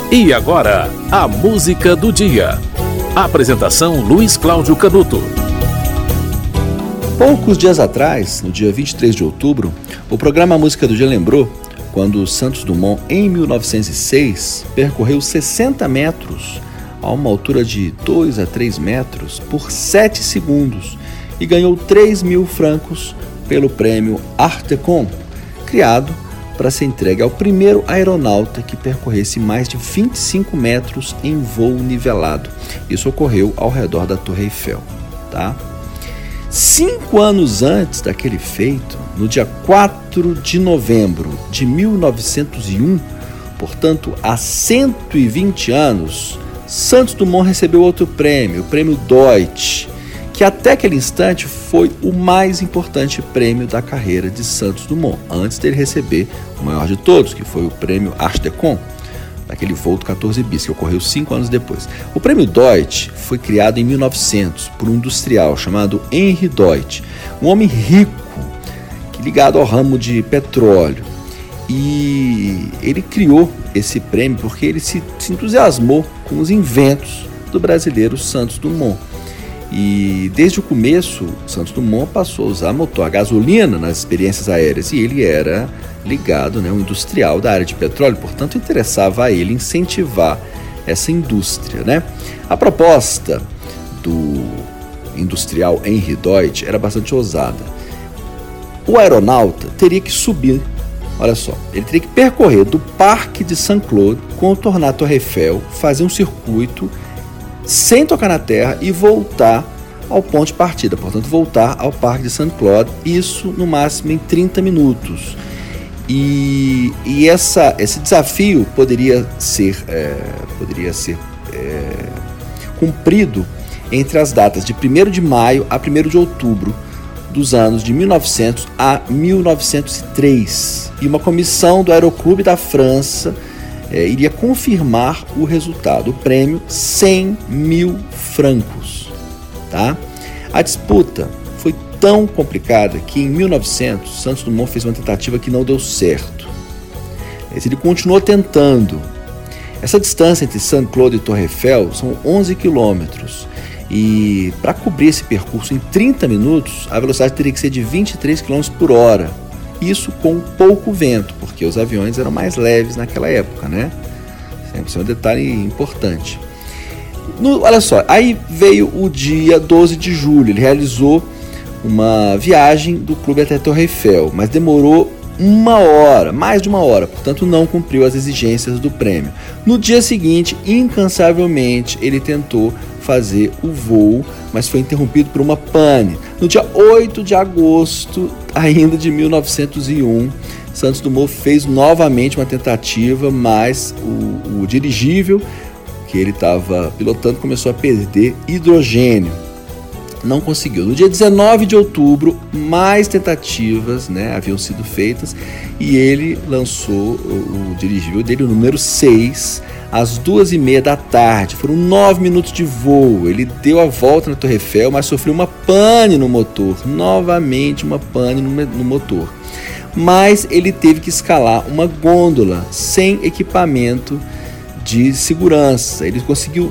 E agora, a música do dia. Apresentação Luiz Cláudio Canuto. Poucos dias atrás, no dia 23 de outubro, o programa Música do Dia lembrou quando Santos Dumont, em 1906, percorreu 60 metros a uma altura de 2 a 3 metros por 7 segundos e ganhou 3.000 francos pelo prêmio Art Deco, criado para ser entregue ao primeiro aeronauta que percorresse mais de 25 metros em voo nivelado. Isso ocorreu ao redor da Torre Eiffel, tá? 5 anos antes daquele feito, no dia 4 de novembro de 1901, portanto, há 120 anos, Santos Dumont recebeu outro prêmio, o Prêmio Deutsch, que até aquele instante foi o mais importante prêmio da carreira de Santos Dumont, antes dele receber o maior de todos, que foi o Prêmio Art Deco, daquele voo do 14 bis, que ocorreu 5 anos depois. O Prêmio Deutsch foi criado em 1900 por um industrial chamado Henri Deutsch, um homem rico, ligado ao ramo de petróleo. E ele criou esse prêmio porque ele se entusiasmou com os inventos do brasileiro Santos Dumont. E desde o começo, Santos Dumont passou a usar motor a gasolina nas experiências aéreas e ele era ligado, um industrial da área de petróleo, portanto interessava a ele incentivar essa indústria, A proposta do industrial Henri Deutsch era bastante ousada. O aeronauta teria que subir, olha só, ele teria que percorrer do Parque de Saint-Cloud, contornar a Torre Eiffel, fazer um circuito sem tocar na terra e voltar ao ponto de partida, portanto voltar ao Parque de Saint-Cloud, isso no máximo em 30 minutos. E esse desafio poderia ser cumprido entre as datas de 1º de maio a 1º de outubro dos anos de 1900 a 1903. E uma comissão do Aeroclube da França iria confirmar o resultado, o prêmio 100.000 francos. Tá? A disputa foi tão complicada que em 1900 Santos Dumont fez uma tentativa que não deu certo. Ele continuou tentando. Essa distância entre Saint-Cloud e Torre Eiffel são 11 quilômetros e para cobrir esse percurso em 30 minutos a velocidade teria que ser de 23 km por hora. Isso com pouco vento, porque os aviões eram mais leves naquela época, Isso é um detalhe importante. Olha só, aí veio o dia 12 de julho, ele realizou uma viagem do clube até a Torre Eiffel, mas demorou mais de uma hora, portanto não cumpriu as exigências do prêmio. No dia seguinte, incansavelmente, ele tentou fazer o voo, mas foi interrompido por uma pane. No dia 8 de agosto, ainda de 1901, Santos Dumont fez novamente uma tentativa, mas o dirigível que ele estava pilotando começou a perder hidrogênio. Não conseguiu. No dia 19 de outubro, mais tentativas haviam sido feitas e ele lançou o dirigível dele, o número 6, às 2h30 da tarde. Foram 9 minutos de voo. Ele deu a volta na Torre Eiffel, mas sofreu uma pane no motor. Novamente uma pane no motor. Mas ele teve que escalar uma gôndola sem equipamento de segurança. Ele conseguiu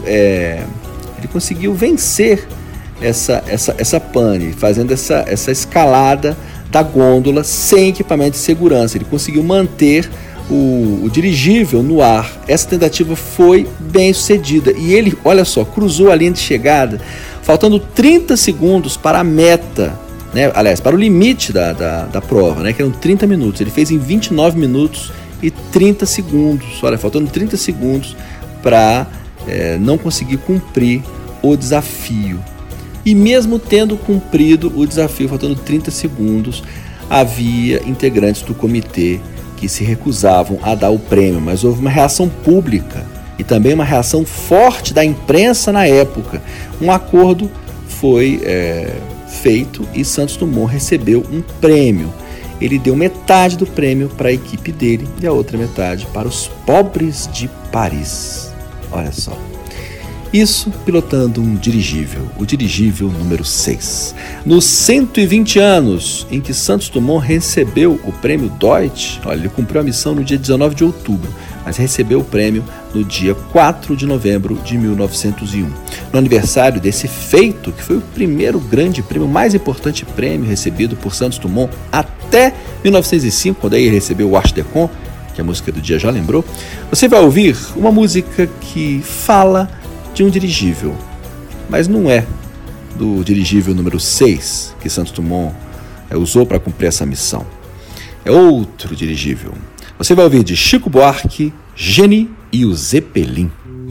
vencer essa pane, fazendo essa escalada da gôndola sem equipamento de segurança. Ele conseguiu manter o dirigível no ar. Essa tentativa foi bem sucedida e ele, olha só, cruzou a linha de chegada faltando 30 segundos para a meta, aliás, para o limite da prova, que eram 30 minutos. Ele fez em 29 minutos e 30 segundos, olha, faltando 30 segundos para não conseguir cumprir o desafio. E mesmo tendo cumprido o desafio, faltando 30 segundos, havia integrantes do comitê que se recusavam a dar o prêmio, mas houve uma reação pública e também uma reação forte da imprensa na época. Um acordo foi feito e Santos Dumont recebeu um prêmio. Ele deu metade do prêmio para a equipe dele e a outra metade para os pobres de Paris. Olha só. Isso pilotando um dirigível, o dirigível número 6. Nos 120 anos em que Santos Dumont recebeu o prêmio Deutsch, olha, ele cumpriu a missão no dia 19 de outubro. mas recebeu o prêmio no dia 4 de novembro de 1901. No aniversário desse feito, que foi o primeiro grande prêmio, o mais importante prêmio recebido por Santos Dumont até 1905, quando aí ele recebeu o Arte Deco, que a música do dia já lembrou, você vai ouvir uma música que fala de um dirigível, mas não é do dirigível número 6 que Santos Dumont usou para cumprir essa missão. É outro dirigível. Você vai ouvir de Chico Buarque, Geni e o Zeppelin.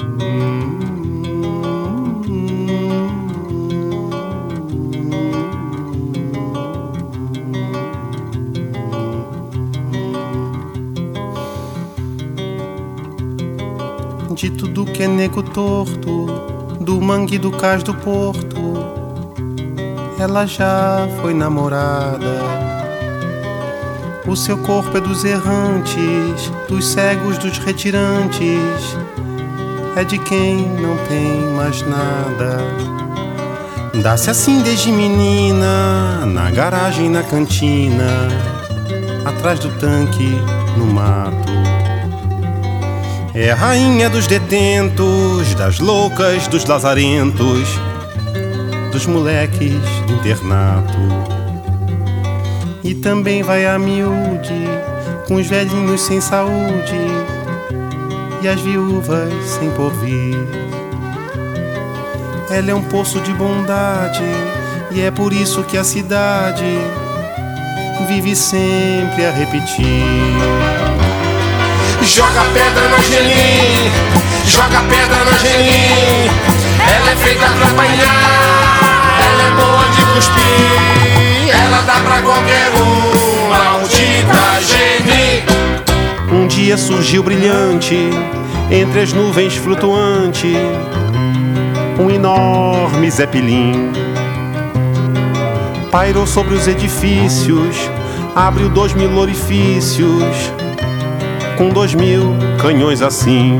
De tudo que é nego torto, do mangue do cais do porto, ela já foi namorada. O seu corpo é dos errantes, dos cegos, dos retirantes, é de quem não tem mais nada. Dá-se assim desde menina, na garagem, na cantina, atrás do tanque, no mato. É a rainha dos detentos, das loucas, dos lazarentos, dos moleques do internato. E também vai a miúde, com os velhinhos sem saúde e as viúvas sem porvir. Ela é um poço de bondade e é por isso que a cidade vive sempre a repetir. Joga pedra na Geni, joga pedra na Geni. Ela é feita pra apanhar, ela é boa de cuspir. Ela dá pra qualquer um, maldita Geni. Um dia surgiu brilhante, entre as nuvens flutuante, um enorme Zeppelin. Pairou sobre os edifícios, abriu 2000 orifícios, com 2000 canhões assim.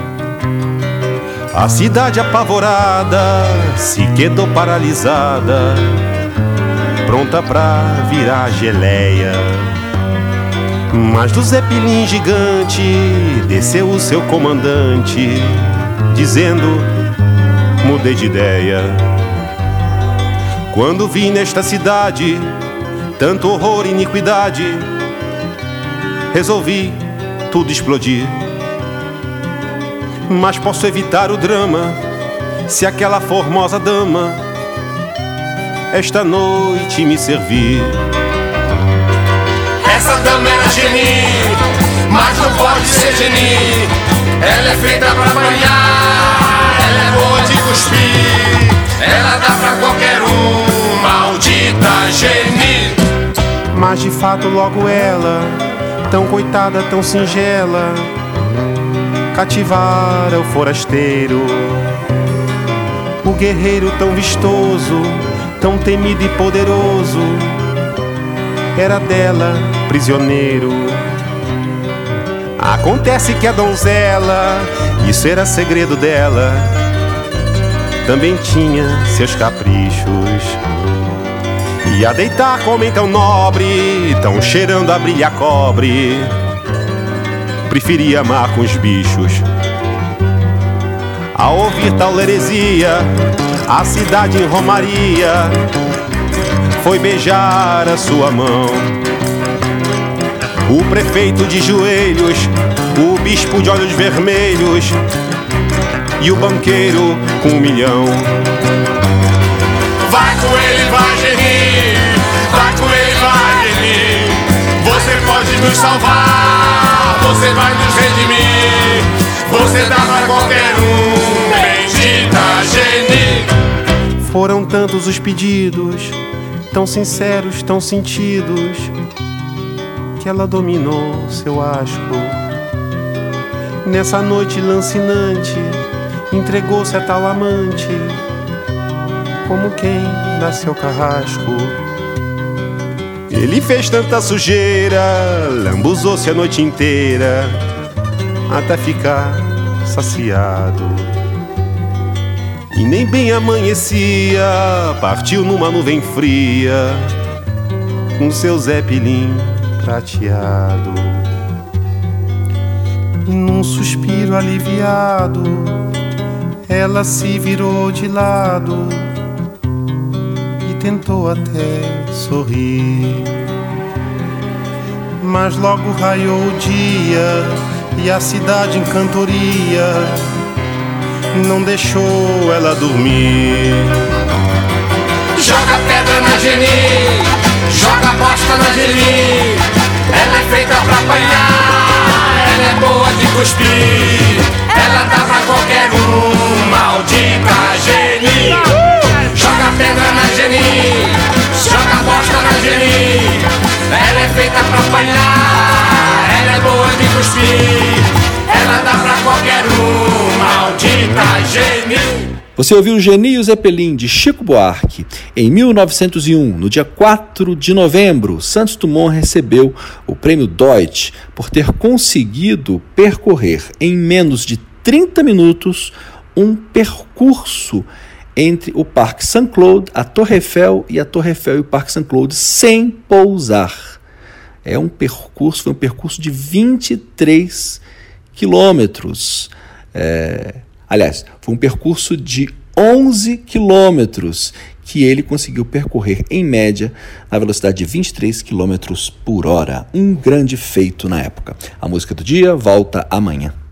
A cidade apavorada se quedou paralisada, pronta pra virar geleia. Mas do Zeppelin gigante desceu o seu comandante, dizendo: mudei de ideia. Quando vi nesta cidade tanto horror e iniquidade, resolvi tudo explodir. Mas posso evitar o drama se aquela formosa dama esta noite me servir. Essa dama era Geni, mas não pode ser Geni. Ela é feita pra apanhar, ela é boa de cuspir. Ela dá pra qualquer um, maldita Geni. Mas de fato logo ela, tão coitada, tão singela, cativara o forasteiro. O guerreiro tão vistoso, tão temido e poderoso, era dela prisioneiro. Acontece que a donzela, isso era segredo dela, também tinha seus caprichos. E a deitar com homem tão nobre, tão cheirando a brilha cobre, preferia amar com os bichos. Ao ouvir tal heresia, a cidade em romaria foi beijar a sua mão. O prefeito de joelhos, o bispo de olhos vermelhos e o banqueiro com 1 milhão. Vai com ele, vai Geni, vai com ele, vai Geni. Você pode nos salvar, você vai nos redimir. Você dá pra qualquer um, bendita Geni. Foram tantos os pedidos, tão sinceros, tão sentidos, que ela dominou seu asco. Nessa noite lancinante, entregou-se a tal amante, como quem dá seu carrasco. Ele fez tanta sujeira, lambuzou-se a noite inteira, até ficar saciado. E nem bem amanhecia, partiu numa nuvem fria, com seu Zeppelin prateado. Num suspiro aliviado, ela se virou de lado e tentou até sorrir. Mas logo raiou o dia e a cidade em cantoria não deixou ela dormir. Joga pedra na Geni, joga bosta na Geni. Ela é feita pra apanhar, ela é boa de cuspir. Ela dá pra qualquer um, maldita Geni. Joga pedra na Geni, joga bosta na Geni. Ela é feita pra apanhar, ela é boa de cuspir. Ela dá pra qualquer um, maldita Geni. Você ouviu Geni e o Zeppelin, de Chico Buarque. Em 1901, no dia 4 de novembro, Santos Dumont recebeu o Prêmio Deutsch por ter conseguido percorrer em menos de 30 minutos um percurso entre o Parque Saint-Cloud, a Torre Eiffel e a Torre Eiffel e o Parque Saint-Cloud sem pousar. Foi um percurso de 23 quilômetros. Aliás, foi um percurso de 11 quilômetros que ele conseguiu percorrer, em média, na velocidade de 23 quilômetros por hora. Um grande feito na época. A música do dia volta amanhã.